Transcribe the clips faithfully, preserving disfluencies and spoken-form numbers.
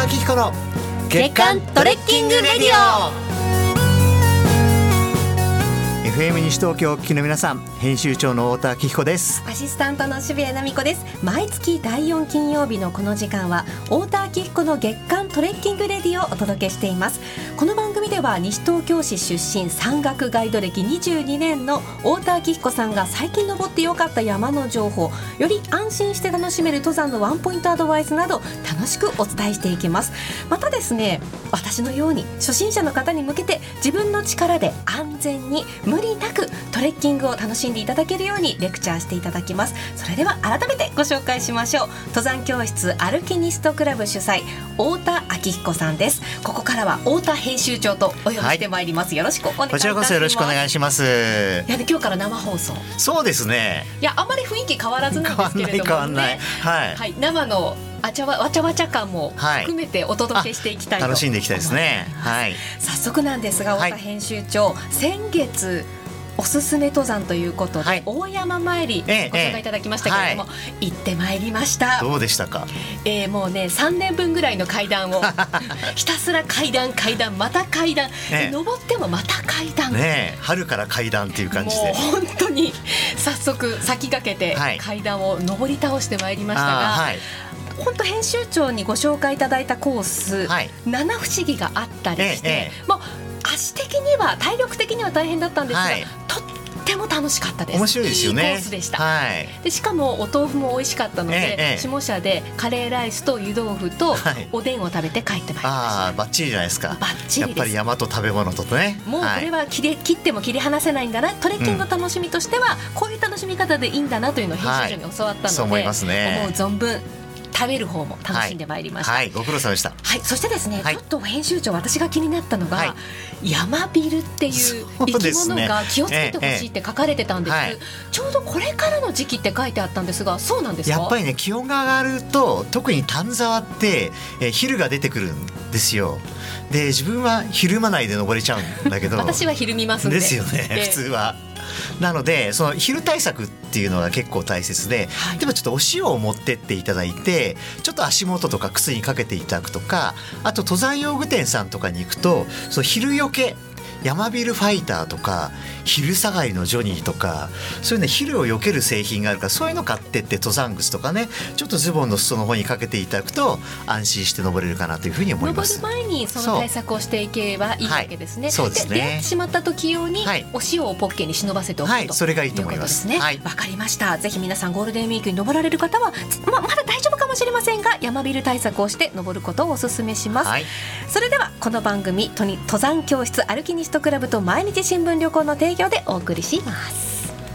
明彦の月刊トレッキングレディオ。 エフエム 西東京をお聞きの皆さん、編集長の太田明彦です。 アシスタントの渋谷奈美子です。毎月だいよん金曜日のこの時間は太田明彦の月刊トレッキングレディをお届けしています。この番組では西東京市出身、山岳ガイド歴にじゅうにねんの太田明彦さんが最近登ってよかった山の情報、より安心して楽しめる登山のワンポイントアドバイスなど楽しくお伝えしていきます。またですね、私のように初心者の方に向けて自分の力で安全に無理なくトレッキングを楽しんでいただけるようにレクチャーしていただきます。それでは改めてご紹介しましょう。登山教室アルキニストクラブ主催、太田明彦さんです。ここからは太田編集長とお呼びしてまいります、はい、よろしくお願いいたします。 こちらこそよろしくお願いします。 いや、ね、今日から生放送。 そうですね。 いや、あまり雰囲気変わらずなんですけれどもね、 変わんない変わんない、はいはい、生のあちゃわわちゃわちゃ感も含めてお届けしていきたいと、 楽しんでいきたいですね、はい、 早速なんですが、太田編集長、はい、先月おすすめ登山ということで、はい、大山参りご紹介いただきましたけれども、ええ、行ってまいりました。 どうでしたか？ えー、もうねさんねんぶんぐらいの階段をひたすら階段階段また階段、ね、登ってもまた階段、 ね、春から階段っていう感じで、 もう本当に早速先駆けて階段を登り倒してまいりましたが、はい、本当編集長にご紹介いただいたコース、はい、七不思議があったりして、ええ、もう足的には体力的には大変だったんですが、はい、とっても楽しかったです。 面白いですよね。 いいコースでした、 はい、 でしかもお豆腐も美味しかったので、ええ、下社でカレーライスと湯豆腐とおでんを食べて帰ってまいりました、はい、 あ、バッチリじゃないですか。 バッチリです。 やっぱり山と食べ物とね、 もうこれは切れ、はい、切っても切り離せないんだな、トレッキングの楽しみとしてはこういう楽しみ方でいいんだなというのを編集長に教わったので、はい、 そう思いますね。 思う存分食べる方も楽しんでまいりました、 はいはい、ご苦労様でした、 はい、そしてですね、はい、ちょっと編集長私が気になったのが、はい、山ビルっていう生き物が気をつけてほしいって書かれてたんです、ええええ、ちょうどこれからの時期って書いてあったんですが、そうなんですか？ やっぱりね、気温が上がると特に丹沢って、え昼が出てくるんですよ。で、自分はひるまないで登れちゃうんだけど私はひるみますんでですよね、ええ、普通は。なのでその昼対策っていうのが結構大切で、はい、でもちょっとお塩を持ってっていただいて、ちょっと足元とか靴にかけていただくとか、あと登山用具店さんとかに行くとその昼よけ山ビルファイターとか昼下がりのジョニーとか、そういうね、昼を避ける製品があるから、そういうの買ってって登山靴とかね、ちょっとズボンの裾の方にかけていただくと安心して登れるかなというふうに思います。 登る前にその対策をしていけばいいわけですね。 そうですね。 で、出会ってしまった時用にお塩をポッケに忍ばせておくと、 はい、それがいいと思います。 わ、はい、かりました。ぜひ皆さんゴールデンウィークに登られる方は ま, まだ大丈夫かもしれませんが、山ビル対策をして登ることをお勧めします、はい、それではこの番組登山教室アルキニストクラブと毎日新聞旅行の提供でお送りします。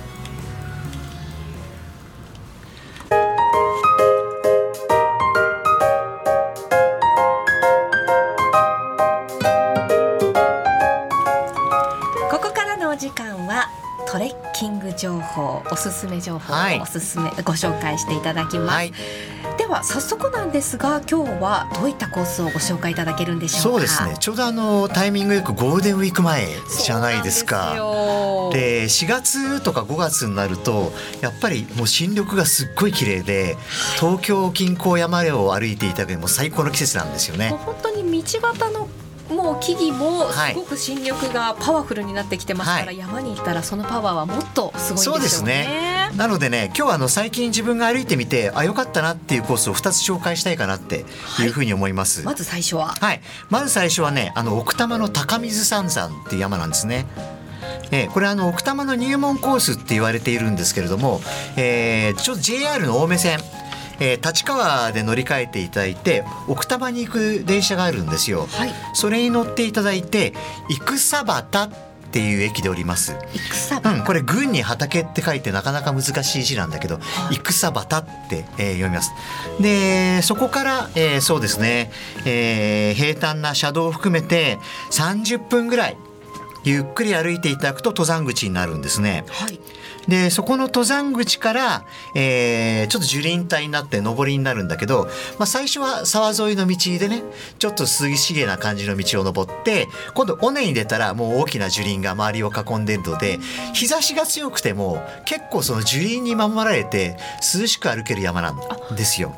ここからのお時間はトレッキング情報、おすすめ情報をおすすめ、はい、ご紹介していただきます、はい、では早速なんですが、今日はどういったコースをご紹介いただけるんでしょうか？ そうですね、ちょうどあのタイミングよくゴールデンウィーク前じゃないですか。で、しがつとかごがつになるとやっぱりもう新緑がすっごい綺麗で、東京近郊山を歩いていただくにも最高の季節なんですよね。 もう本当に道端のもう木々もすごく新緑がパワフルになってきてますから、はい、山に行ったらそのパワーはもっとすごいんでしょうね。そうですね。 なのでね、今日はあの最近自分が歩いてみて、あ、よかったなっていうコースをふたつ紹介したいかなっていうふうに思います、はい、 まず最初は、 はい、まず最初はね、あの奥多摩の高水三山っていう山なんですね。えー、これあの奥多摩の入門コースって言われているんですけれども、えー、ちょっと ジェイアール の青梅線、えー、立川で乗り換えていただいて奥多摩に行く電車があるんですよ、はい、それに乗っていただいて生草端っていう駅で降ります。 生草、 うん、これ軍に畑って書いてなかなか難しい字なんだけど、生草端って、えー、読みます。で、そこから、えー、そうですね、えー、平坦な車道を含めてさんじゅっぷんぐらいゆっくり歩いていただくと登山口になるんですね、はい、でそこの登山口から、えー、ちょっと樹林帯になって上りになるんだけど、まあ、最初は沢沿いの道でねちょっと涼しげな感じの道を登って、今度尾根に出たらもう大きな樹林が周りを囲んでいるので、日差しが強くても結構その樹林に守られて涼しく歩ける山なんですよ。 それぐらい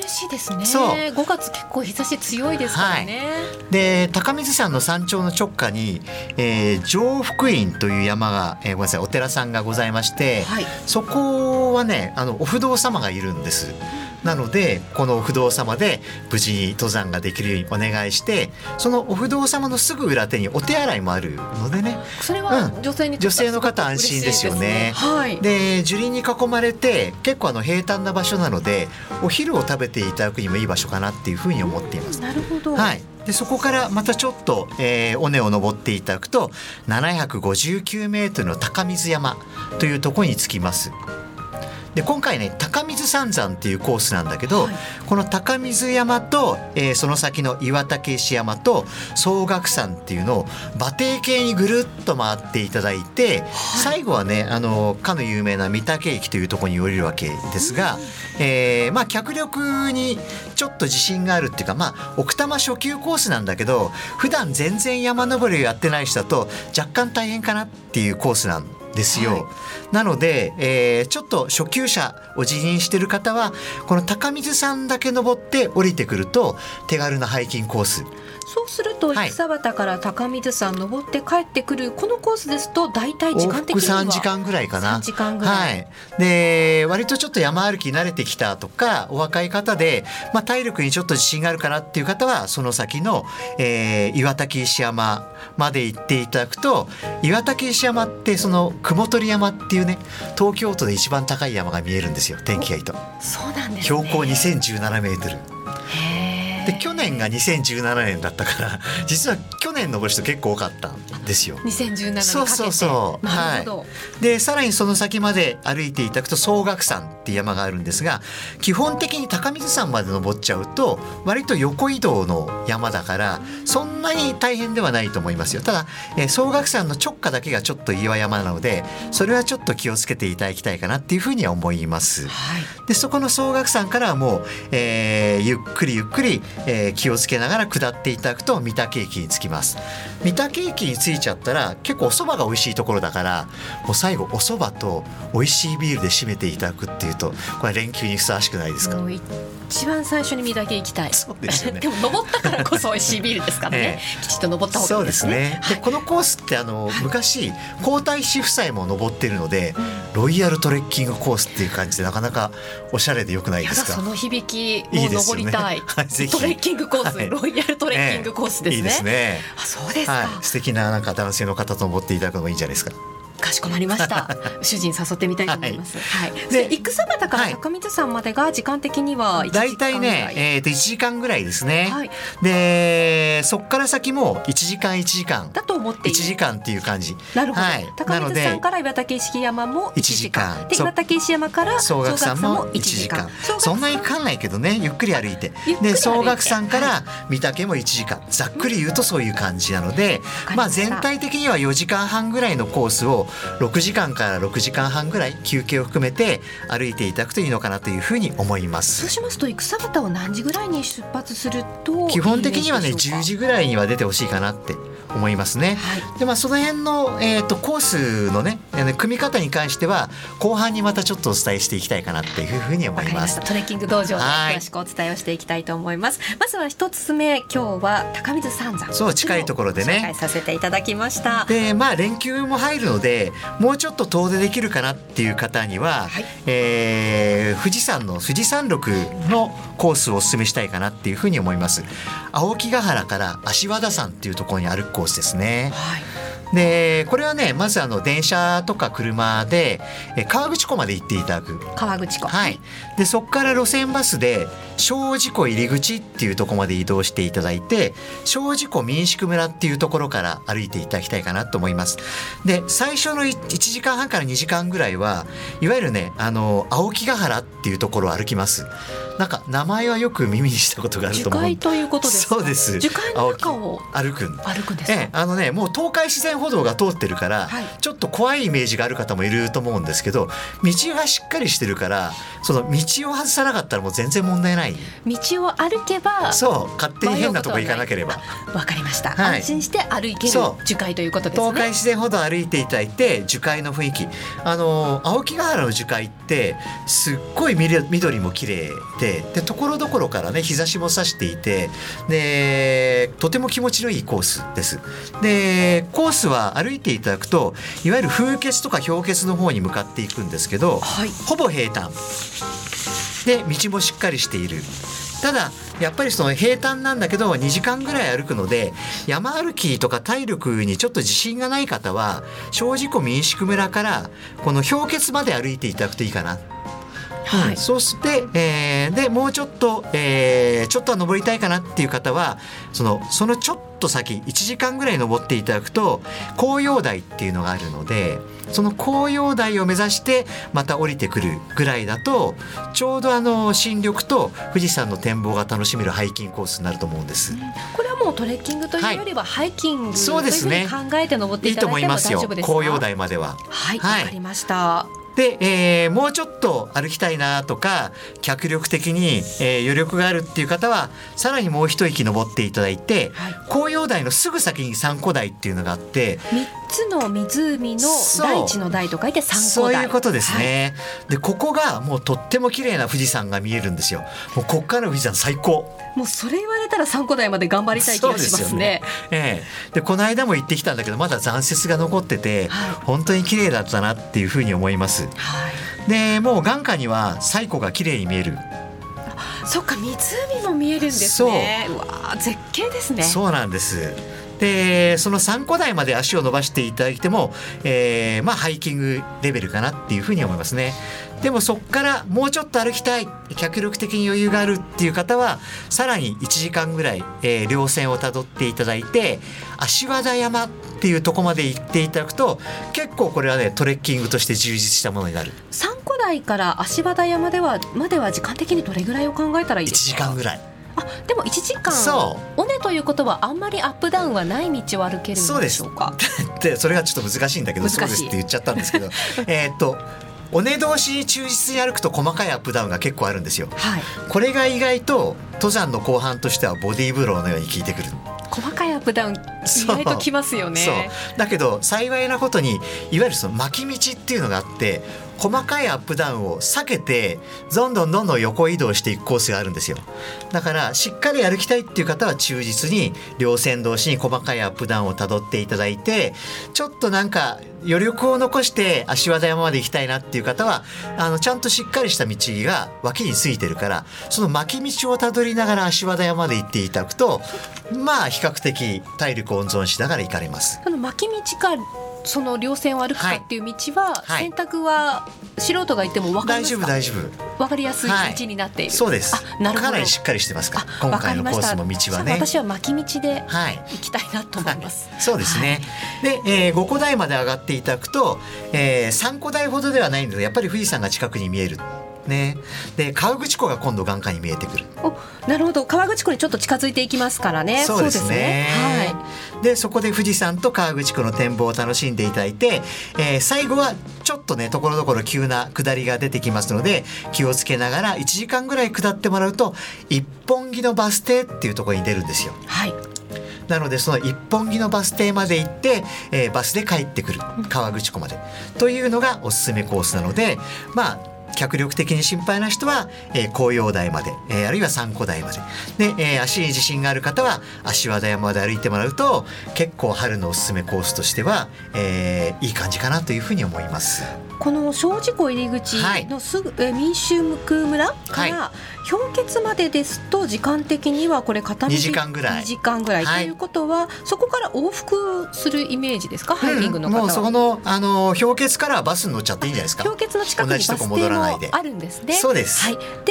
嬉しいですね。 そうごがつ結構日差し強いですからね、 はい、で高水山の山頂の直下に、えー、常福院という山が、えー、ごめんなさいお寺さんがございまして、はい、そこはねあのお不動様がいるんです。なのでこのお不動様で無事に登山ができるようにお願いして、そのお不動様のすぐ裏手にお手洗いもあるのでね、 それは女性に、うん、 女性の方安心ですよね。はい、で樹林に囲まれて結構あの平坦な場所なのでお昼を食べていただくにもいい場所かなっていうふうに思っています。 なるほど、 はい、でそこからまたちょっと、えー、尾根を登っていただくとななひゃくごじゅうきゅうメートルの高水山というところに着きます。で今回ね高水三山っていうコースなんだけど、はい、この高水山と、えー、その先の岩竹石山と総岳山っていうのを馬蹄形にぐるっと回っていただいて、はい、最後はねあのかの有名な御嶽駅というところに降りるわけですが、うんえーまあ、脚力にちょっと自信があるっていうか、まあ、奥多摩初級コースなんだけど普段全然山登りをやってない人だと若干大変かなっていうコースなんですよ、はい、なので、えー、ちょっと初級者を自認している方はこの高水山だけ登って降りてくると手軽なハイキングコース。 そうすると生草端から高水山登って帰ってくるこのコースですと大体時間的には往復さんじかんぐらいかな。 さんじかんぐらい、 はい、で割とちょっと山歩き慣れてきたとかお若い方で、まあ、体力にちょっと自信があるかなっていう方はその先の、えー、岩竹石山まで行っていただくと、岩竹石山ってその雲取山っていうね東京都で一番高い山が見えるんですよ天気がいいと。 そうなんですね。 標高にせんじゅうななメートル。へーで去年がにせんじゅうななねんだったから実は去年登る人結構多かったんですよ。 にせんじゅうななにかけて。 そうそうそう、 なるほど、 はい、でさらにその先まで歩いていただくと総岳山っていう山があるんですが、基本的に高水山まで登っちゃうと割と横移動の山だからそんなに大変ではないと思いますよ。ただ、えー、総岳山の直下だけがちょっと岩山なのでそれはちょっと気をつけていただきたいかなっていうふうには思います、はい、でそこの総岳山からはもう、えー、ゆっくりゆっくりえー、気をつけながら下っていただくと御嶽駅に着きます。御嶽駅に着いちゃったら結構お蕎麦が美味しいところだからもう最後お蕎麦と美味しいビールで締めていただくっていうとこれ連休にふさわしくないですか。 もう一番最初に御嶽行きたい。 そうですよねでも登ったからこそ美味しいビールですからね、えー、きちっと登った方がいいですね。 そうですね。でこのコースってあの昔皇太子夫妻も登ってるので、うん、ロイヤルトレッキングコースっていう感じでなかなかおしゃれでよくないですか。 やだその響きもう登りたい。いいですよねはい、ぜひトレッキングコース、はい、ロイヤルトレッキングコースですね、えー、いいですね。あそうですか、はい、 素敵ななんか男性の方と登っていただくのもいいんじゃないですか。 かしこまりました主人誘ってみたいと思います、はいはい、で生草端から高水山までが時間的にはいちじかんぐらい、だいたいね、 えー、といちじかんぐらいですね、はい、でそっから先もいちじかんいちじかんだと思っているいちじかんっていう感じ。 なるほど、はい、高水山から岩竹石山もいちじかんで岩竹石山から総岳山もいちじかん。 そんなにかかんないけどねゆっくり歩いてで総岳山から御嶽もいちじかん、はい、ざっくり言うとそういう感じなので、うんまあ、全体的にはよじかんはんぐらいのコースをろくじかんからろくじかんはんぐらい休憩を含めて歩いていただくといいのかなというふうに思います。 そうしますと生草端を何時ぐらいに出発すると基本的にはねじゅうじぐらいには出てほしいかなって思いますね、はい、でまあその辺の、えー、とコースのね組み方に関しては後半にまたちょっとお伝えしていきたいかなっていうふうに思います。わかりました。 トレッキング道場で詳しくお伝えをしていきたいと思います。まずは一つ目今日は高水三山そう近いところでね紹介させていただきました。 でまあ連休も入るのでもうちょっと遠出できるかなっていう方には、はいえー、富士山の富士山麓のコースをお勧めしたいかなっていうふうに思います。青木ヶ原から足和田山っていうところに歩くコースですね、はいでこれはねまずあの電車とか車でえ河口湖まで行っていただく。 河口湖、 はい、でそこから路線バスで庄司湖入り口っていうところまで移動していただいて庄司湖民宿村っていうところから歩いていただきたいかなと思います。で最初のいちじかんはんからにじかんぐらいはいわゆるねあの青木ヶ原っていうところを歩きます。なんか名前はよく耳にしたことがあると思う。 樹海ということですか。 そうです。 樹海の中を歩く歩くんですか。 ええ、あのねもう東海自然歩道が通ってるから、はい、ちょっと怖いイメージがある方もいると思うんですけど道がしっかりしてるからその道を外さなかったらもう全然問題ない。 道を歩けばそう勝手に変なとこ行かなければ。 わかりました、 はい、 安心して歩ける樹海ということですね。 東海自然歩道歩いていただいて樹海の雰囲気、あの青木ヶ原の樹海ってすっごい緑も綺麗で、でところどころからね日差しも差していて、でとても気持ちのいいコースです。でコースは歩いていただくといわゆる風穴とか氷穴の方に向かっていくんですけど、 はい、 ほぼ平坦で道もしっかりしている。ただやっぱりその平坦なんだけどにじかんぐらい歩くので山歩きとか体力にちょっと自信がない方は正直民宿村からこの氷穴まで歩いていただくといいかな。はい、うん、そして、えー、でもうちょっと、えー、ちょっとは登りたいかなっていう方はその、そのちょっと先いちじかんぐらい登っていただくと紅葉台っていうのがあるので、その紅葉台を目指してまた降りてくるぐらいだとちょうどあの新緑と富士山の展望が楽しめるハイキングコースになると思うんです、うん、 これはもうトレッキングというよりはハイキングというふうに考えて登っていただいても大丈夫ですか？いいと思いますよ、 紅葉台までは。 はい、わ、はい、かりました。 で、えー、もうちょっと歩きたいなとか脚力的に、えー、余力があるっていう方はさらにもう一息登っていただいて、はい、紅葉台のすぐ先に三湖台っていうのがあってみっつの湖の大地の台と書いて三湖台。 そういうことですね、はい、でここがもうとっても綺麗な富士山が見えるんですよ。もうこっからの富士山最高。 もうそれ言われたら三湖台まで頑張りたい気がしますね。 そうですよね、ええ、でこの間も行ってきたんだけどまだ残雪が残ってて、はい、本当に綺麗だったなっていうふうに思います、はい、でもう眼下には西湖が綺麗に見える。 そっか湖も見えるんですね。うわ絶景ですね。 そうなんです。でその三湖台まで足を伸ばしていただいても、えーまあ、ハイキングレベルかなっていうふうに思いますね。でもそこからもうちょっと歩きたい脚力的に余裕があるっていう方はさらにいちじかんぐらい、えー、稜線をたどっていただいて足和田山っていうところまで行っていただくと結構これはねトレッキングとして充実したものになる。 三湖台から足和田山ではまでは時間的にどれぐらいを考えたらいいですか？ いちじかんぐらい。 あでもいちじかん尾根ということはあんまりアップダウンはない道を歩けるんでしょうか？ そうですでそれがちょっと難しいんだけどそうですって言っちゃったんですけどえっと尾根同士忠実に歩くと細かいアップダウンが結構あるんですよ、はい、これが意外と登山の後半としてはボディーブローのように効いてくる。 細かいアップダウン意外ときますよね。 そうそうだけど幸いなことにいわゆるその巻き道っていうのがあって細かいアップダウンを避けてどんどんどんどん横移動していくコースがあるんですよ。だからしっかり歩きたいっていう方は忠実に稜線同士に細かいアップダウンをたどっていただいてちょっとなんか余力を残して足和田山まで行きたいなっていう方はあのちゃんとしっかりした道が脇についてるからその巻き道をたどりながら足和田山まで行っていただくとまあ比較的体力を温存しながら行かれます。 その巻き道かその稜線を歩くかっていう道は、はい、選択は素人がいても分かりますか？ 大丈夫大丈夫分かりやすい道になっている、 はい、そうです。 あなるほどかなりしっかりしてますか今回のコースの道はね。 私は巻き道で行きたいなと思います、 はいはい、そうですね、はい、で、えー、ご湖台まで上がっていただくと、えー、さん湖台ほどではないのでやっぱり富士山が近くに見えるね、で河口湖が今度眼下に見えてくる。 おなるほど河口湖にちょっと近づいていきますからね。 そうですね、はい、でそこで富士山と河口湖の展望を楽しんでいただいて、えー、最後はちょっとねところどころ急な下りが出てきますので気をつけながらいちじかんぐらい下ってもらうと一本木のバス停っていうところに出るんですよ。 はいなのでその一本木のバス停まで行って、えー、バスで帰ってくる河口湖までというのがおすすめコースなのでまあ脚力的に心配な人は、えー、紅葉台まで、えー、あるいは三湖台までで、えー、足に自信がある方は足和田山まで歩いてもらうと結構春のおすすめコースとしては、えー、いい感じかなというふうに思います。 この精進湖入り口のすぐ、はい、えー、民宿村から氷穴までですと時間的にはこれ片道にじかんぐらいにじかんぐらい、はい、ということはそこから往復するイメージですか、うん、ハイキングの方は。 もうそこの、あの氷穴からバスに乗っちゃっていいんじゃないですか。 氷穴の近くにバス停もあるんですね。 そうです、 はい、で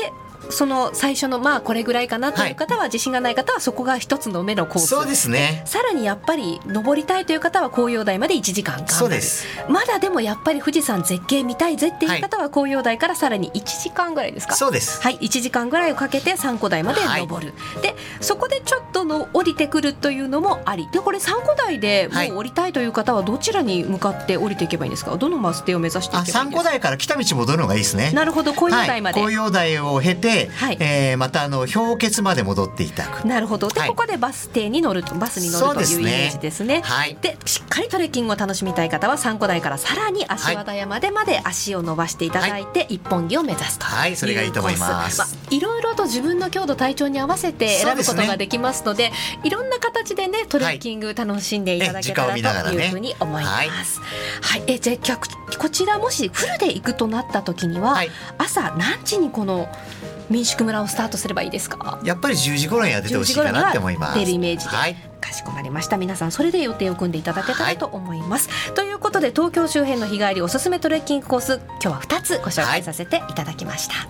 その最初のまあこれぐらいかなという方は、自信がない方はそこが一つの目のコース。 そうですね。 さらにやっぱり登りたいという方は紅葉台までいちじかん頑張る。 そうです。まだでもやっぱり富士山絶景見たいぜっていう方は紅葉台からさらにいちじかんぐらいですか。 そうです。 はい、いちじかんぐらいをかけて三湖台まで登る、はい、でそこでちょっとの降りてくるというのもありで、これ三湖台でもう降りたいという方はどちらに向かって降りていけばいいんですか。どのマス停を目指していけばいいですか。 三湖台から来た道戻るのがいいですね。 なるほど、紅葉台まで、 はい、紅葉台を経て、はい、えー、またあの氷結まで戻っていただく。 なるほど。で、はい、ここでバス停に乗るとバスに乗るというイメージですね。はい、でしっかりトレッキングを楽しみたい方は三湖台からさらに足和田山でまで足を伸ばしていただいて、はい、一本木を目指すというコース。はい、それがいいと思います。まあ、いろいろと自分の強度体調に合わせて選ぶことができますので、いろんな形でねトレッキング楽しんでいただけたらというふうに思います。はい、えじゃあこちらもしフルで行くとなった時には、はい、朝何時にこの民宿村をスタートすればいいですか。やっぱりじゅうじ頃には出てほしいかなって思います。出るイメージで、はい、かしこまりました。皆さんそれで予定を組んでいただけたらと思います、はい、ということで東京周辺の日帰りおすすめトレッキングコース、今日はふたつご紹介させていただきました、はい。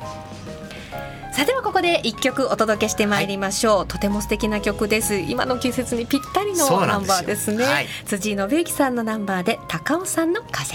さあではここでいっきょくお届けしてまいりましょう、はい、とても素敵な曲です。今の季節にぴったりのナンバーですね。はい、辻井信之さんのナンバーで高尾山の風。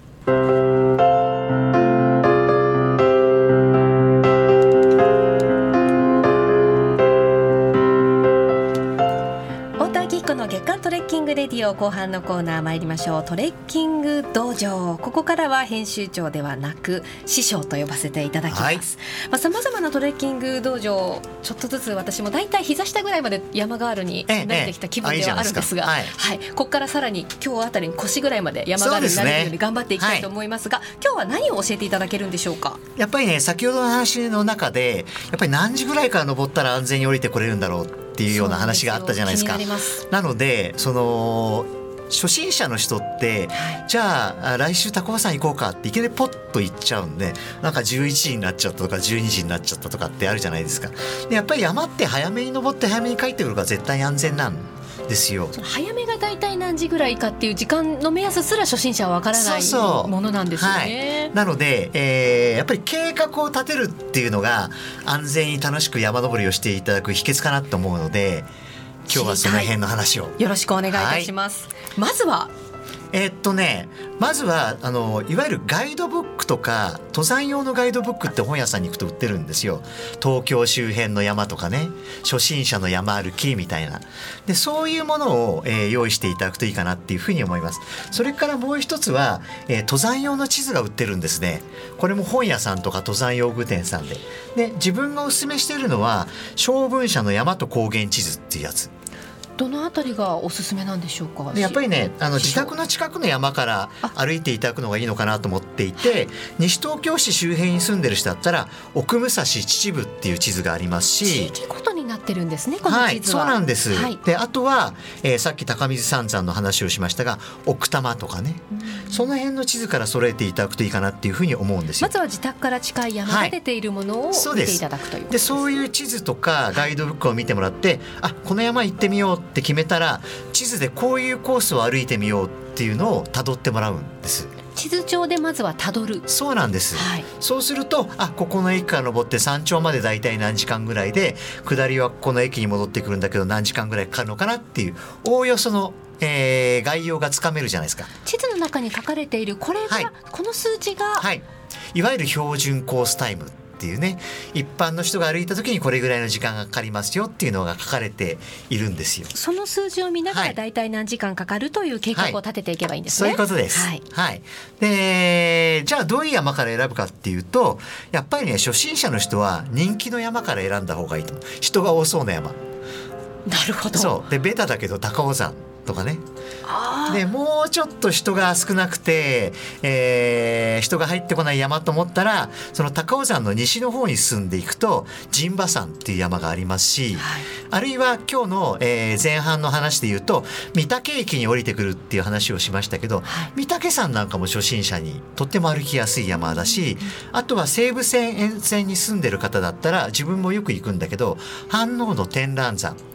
月間トレッキングレディオ後半のコーナー参りましょう。トレッキング道場、ここからは編集長ではなく師匠と呼ばせていただきます。さまざ、まなトレッキング道場、ちょっとずつ私もだいたい膝下ぐらいまで山ガールに慣れてきた気分ではあるんですが、はいはい、ここからさらに今日あたりに腰ぐらいまで山ガールになれるように頑張っていきたいと思いますが、すね、はい、今日は何を教えていただけるんでしょうか。 やっぱりね、先ほどの話の中でやっぱり何時ぐらいから登ったら安全に降りてこれるんだろうっていうような話があったじゃないですか。 な, なのでその初心者の人って、はい、じゃあ来週高尾山行こうかっていきなりポッと行っちゃうんで、なんかじゅういちじになっちゃったとかじゅうにじになっちゃったとかってあるじゃないですか。でやっぱり山って早めに登って早めに帰ってくるから絶対に安全なんですよ。その早めがだいたい何時ぐらいかっていう時間の目安すら初心者はわからないものなんですよね。 はい、なので、えー、やっぱり計画を立てるっていうのが安全に楽しく山登りをしていただく秘訣かなと思うので、今日はその辺の話をよろしくお願いいたします。はい、まずはえーっとね、まずはあのいわゆるガイドブックとか登山用のガイドブックって本屋さんに行くと売ってるんですよ。東京周辺の山とかね、初心者の山歩きみたいなで、そういうものを、えー、用意していただくといいかなっていうふうに思います。それからもう一つは、えー、登山用の地図が売ってるんですね。これも本屋さんとか登山用具店さんで、で自分がおすすめしているのは小文社の山と高原地図っていうやつ。 どのあたりがおすすめなんでしょうか。 やっぱりね、あの自宅の近くの山から歩いていただくのがいいのかなと思っていて、西東京市周辺に住んでる人だったら奥武蔵秩父っていう地図がありますし、 地域ごとになってるんですね、この地図は。 はい、そうなんです。はい、であとは、えー、さっき高水三山の話をしましたが奥多摩とかね、その辺の地図から揃えていただくといいかなっていうふうに思うんですよ。 まずは自宅から近い山が出ているものを見ていただくということです。 でそういう地図とかガイドブックを見てもらって、あ、この山行ってみようって決めたら地図でこういうコースを歩いてみようっていうのを辿ってもらうんです。 地図帳でまずは辿る。 そうなんです、はい、そうすると、あ、ここの駅から登って山頂までだいたい何時間ぐらいで、下りはこの駅に戻ってくるんだけど何時間ぐらいかかるのかなっていうおおよその、えー、概要がつかめるじゃないですか。 地図の中に書かれているこれが、はい、この数字が、 はい、いわゆる標準コースタイムっていうね、一般の人が歩いた時にこれぐらいの時間がかかりますよっていうのが書かれているんですよ。 その数字を見ながらだいたい何時間かかるという計画を立てていけばいいんですね。 はい、そういうことです。はい、はい、でじゃあどういう山から選ぶかっていうと、やっぱりね、初心者の人は人気の山から選んだ方がいいと思う。人が多そうな山。 なるほど。 そうでベタだけど高尾山とかね。でもうちょっと人が少なくて、えー、人が入ってこない山と思ったら、その高尾山の西の方に進んでいくと陣馬山っていう山がありますし、はい、あるいは今日の、えー、前半の話で言うと御嶽駅に降りてくるっていう話をしましたけど、はい、御嶽山なんかも初心者にとっても歩きやすい山だし、うん、あとは西武線沿線に住んでる方だったら自分もよく行くんだけど、飯能の天覧山、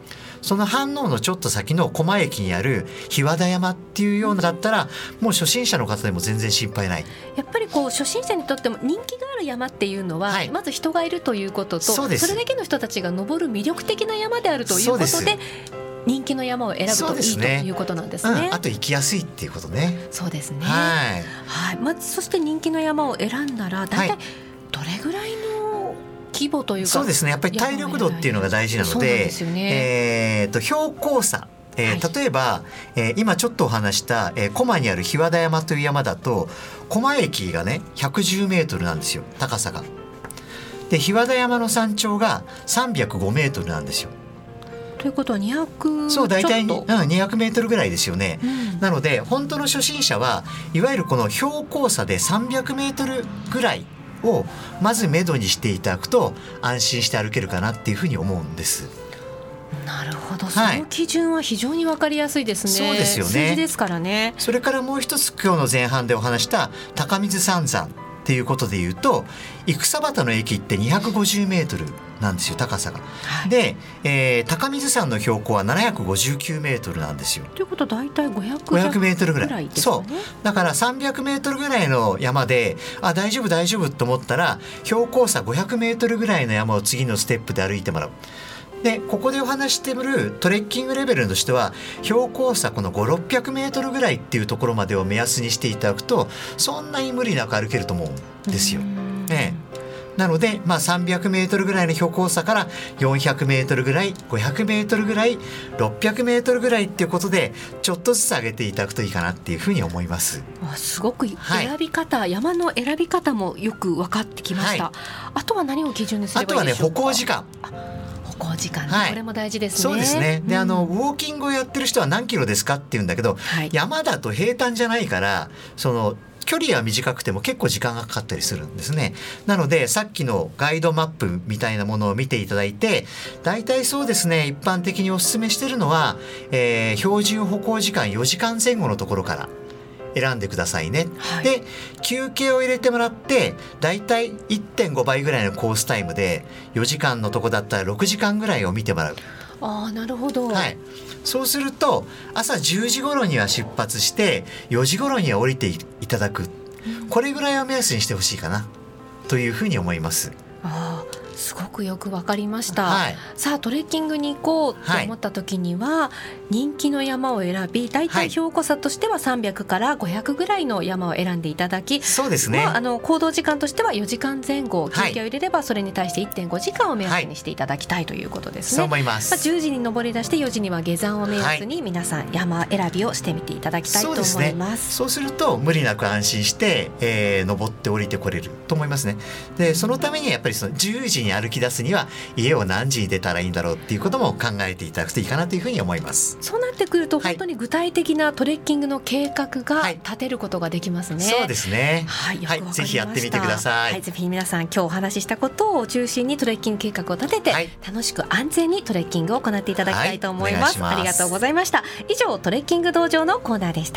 その飯能のちょっと先の狛江駅にある日和田山っていうようなだったらもう初心者の方でも全然心配ない。 やっぱりこう初心者にとっても人気がある山っていうのは、はい、まず人がいるということと そ, それだけの人たちが登る魅力的な山であるということで人気の山を選ぶといい、ね、ということなんですね、 うん、あと行きやすいっていうことね。 そうですね、 はいはい、まずそして人気の山を選んだら大体どれぐらいの規模というか、 そうですね、やっぱり体力度っていうのが大事なの で, で、ねえー、と標高差、えーはい、例えば、えー、今ちょっとお話した、えー、狛江にある日和田山という山だと狛江駅がねひゃくじゅうメートルなんですよ、高さが。で日和田山の山頂がさんびゃくごメートルなんですよ。 ということはにひゃくそう大体、うん、にひゃくメートルぐらいですよね、うん、なので本当の初心者はいわゆるこの標高差でさんびゃくメートルぐらいをまず目処にしていただくと安心して歩けるかなっていうふうに思うんです。 なるほど、その基準は非常に分かりやすいですね。 そうですよね、 数字ですからね。 それからもう一つ今日の前半でお話した高水三山っていうことでいうと生草端の駅ってにひゃくごじゅうメートルなんですよ、高さが、はい、で、えー、高水山の標高はななひゃくごじゅうきゅうメートルなんですよ。 ということはだいたいごひゃくメートルぐらい、ぐらいですかね。そうだからさんびゃくメートルぐらいの山であ大丈夫大丈夫と思ったら標高差ごひゃくメートルぐらいの山を次のステップで歩いてもらう。でここでお話しているトレッキングレベルとしては標高差このごひゃくろっぴゃくメートルぐらいっていうところまでを目安にしていただくとそんなに無理なく歩けると思うんですよ、ね、なので、まあ、さんびゃくメートルぐらいの標高差からよんひゃくメートルぐらいごひゃくメートルぐらいろっぴゃくメートルぐらいっていうことでちょっとずつ上げていただくといいかなっていうふうに思います。 あすごく選び方、はい、山の選び方もよく分かってきました、はい、あとは何を基準にすればいいでしょうか。 あとはね歩行時間歩行時間、ねはい、これも大事ですね。 そうですね。で、あの、うん、ウォーキングをやってる人は何キロですかって言うんだけど、はい、山だと平坦じゃないからその距離は短くても結構時間がかかったりするんですね。なのでさっきのガイドマップみたいなものを見ていただいてだいたいそうですね一般的にお勧めしてるのは、えー、標準歩行時間よじかんぜん後のところから選んでくださいね、はい、で休憩を入れてもらってだいたい いってんご 倍ぐらいのコースタイムでよじかんのとこだったらろくじかんぐらいを見てもらう。 あーなるほど、 はい、そうすると朝じゅうじ頃には出発してよじ頃には降りていただく、うん、これぐらいを目安にしてほしいかなというふうに思います。 あすごくよく分かりました、 はい、 さあトレッキングに行こうと思った時には、はい、人気の山を選びだいたい標高差としてはさんびゃくからごひゃくぐらいの山を選んでいただき、 そうですね、 まあ、あの行動時間としてはよじかんぜん後休憩を入れればそれに対して いってんごじかんを目安にしていただきたいということですね、 はい、そう思います、 まあ、じゅうじに登り出してよじには下山を目安に皆さん山選びをしてみていただきたいと思います。そうですね、 そうすると無理なく安心して、えー、登って降りてこれると思いますね。でそのためにやっぱりそのじゅうじに歩き出すには家を何時に出たらいいんだろうっていうことも考えていただくといいかなというふうに思います。 そうなってくると本当に具体的なトレッキングの計画が立てることができますね、 はい、そうですね、 はい、よくわかりました、 はい、ぜひやってみてください、 はい、ぜひ皆さん今日お話ししたことを中心にトレッキング計画を立てて、はい、楽しく安全にトレッキングを行っていただきたいと思います、はい、お願いします。ありがとうございました。以上トレッキング道場のコーナーでした。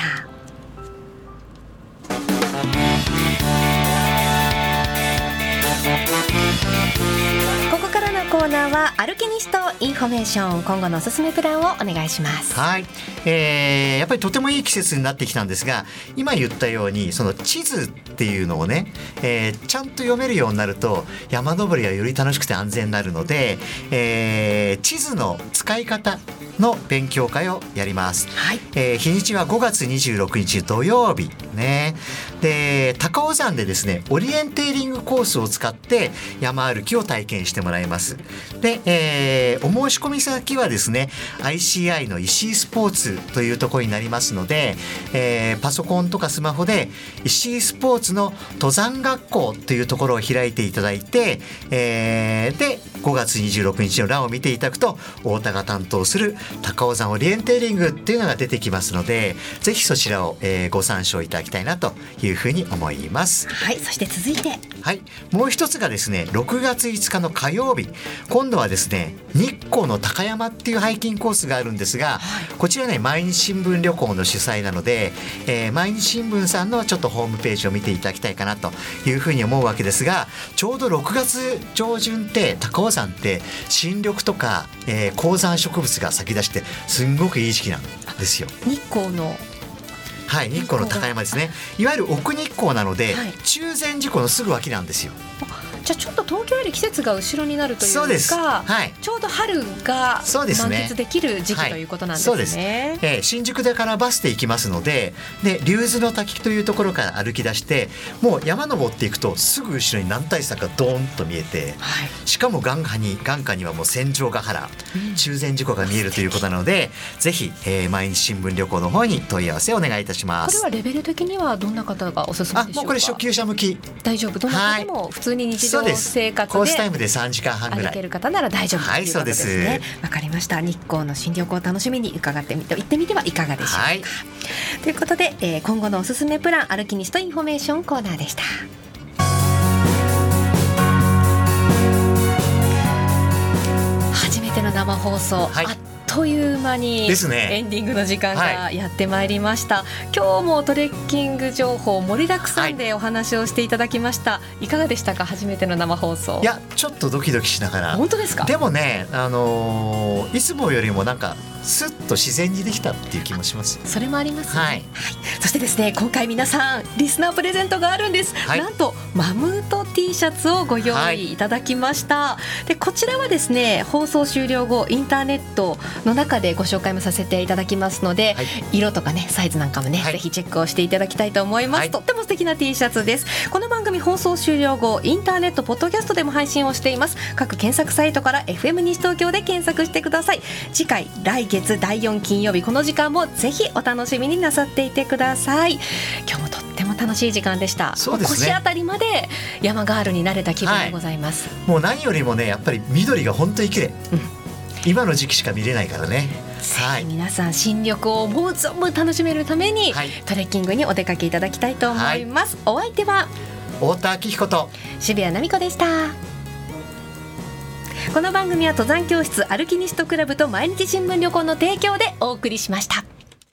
ここからのコーナーは歩きニストインフォメーション、今後のおすすめプランをお願いします。 はい、えー、やっぱりとてもいい季節になってきたんですが今言ったようにその地図っていうのをね、えー、ちゃんと読めるようになると山登りはより楽しくて安全になるので、えー、地図の使い方の勉強会をやります、はい、えー、日にちはごがつにじゅうろくにち土曜日ね。で高尾山でですねオリエンテーリングコースを使って山歩きを体験してもらいます。で、えー、お申し込み先はですね アイシーアイ の石井スポーツというところになりますので、えー、パソコンとかスマホで石井スポーツの登山学校というところを開いていただいて、えー、でごがつにじゅうろくにちの欄を見ていただくと太田が担当する高尾山オリエンテーリングっていうのが出てきますのでぜひそちらを、えー、ご参照いただきたいなといういうふうに思います。 はい、そして続いて、 はい、もう一つがですねろくがついつかの火曜日、今度はですね日光の高山っていうハイキングコースがあるんですが、はい、こちらね毎日新聞旅行の主催なので、えー、毎日新聞さんのちょっとホームページを見ていただきたいかなというふうに思うわけですが、ちょうどろくがつ上旬って高尾山って新緑とか、えー、高山植物が咲き出してすんごくいい時期なんですよ。 日光のはい、日光の高山ですね。いわゆる奥日光なので、はい、中禅寺湖のすぐ脇なんですよ。 じゃあちょっと東京より季節が後ろになるというか、 そうです、はい、 ちょうど春が満喫できる時期ということなんですね。そうです、 えー、新宿だからバスで行きますので、で竜頭の滝というところから歩き出して、もう山登っていくとすぐ後ろに男体山がドーンと見えて、はい、しかも眼下に眼下にはもう千丈ヶ原、うん、中禅寺湖が見えるということなので、ぜひ、えー、毎日新聞旅行の方に問い合わせをお願いいたします。 これはレベル的にはどんな方がおすすめでしょうか。 あ、もうこれ初級者向き、 大丈夫、どんな方でも普通に日常生活でコースタイムでさんじかんはんぐらい歩ける方なら大丈夫ということですね。はい、わかりました。日光の新緑を楽しみに伺ってみて行ってみてはいかがでしょうか。はい、ということで、えー、今後のおすすめプラン、歩き西とインフォメーションコーナーでした。初めての生放送、はい、あっという間にエンディングの時間がやってまいりました、はい、今日もトレッキング情報盛りだくさんでお話をしていただきました、はい、いかがでしたか。初めての生放送。 いや、ちょっとドキドキしながら。 本当ですか。 でもね、あのー、いつもよりもなんかスッと自然にできたっていう気もします。 それもありますね、はいはい、そしてですね、今回皆さんリスナープレゼントがあるんです、はい、なんとマムート T シャツをご用意いただきました、はい、でこちらはですね放送終了後インターネットの中でご紹介もさせていただきますので、はい、色とかねサイズなんかもね、はい、ぜひチェックをしていただきたいと思います、はい、とっても素敵な T シャツです。この番組放送終了後インターネットポッドキャストでも配信をしています。各検索サイトから エフエム 西東京で検索してください。次回来月だいよん金曜日、この時間もぜひお楽しみになさっていてください。今日もとっても楽しい時間でした。そうですね、腰あたりまで山ガールになれた気分でございます、 はい、もう何よりもねやっぱり緑が本当に綺麗、うん、今の時期しか見れないからね。 はい、皆さん新緑を思う存分楽しめるために、はい、トレッキングにお出かけいただきたいと思います、はい、お相手は太田明彦と渋谷奈美子でした。この番組は登山教室歩き西とクラブと毎日新聞旅行の提供でお送りしました。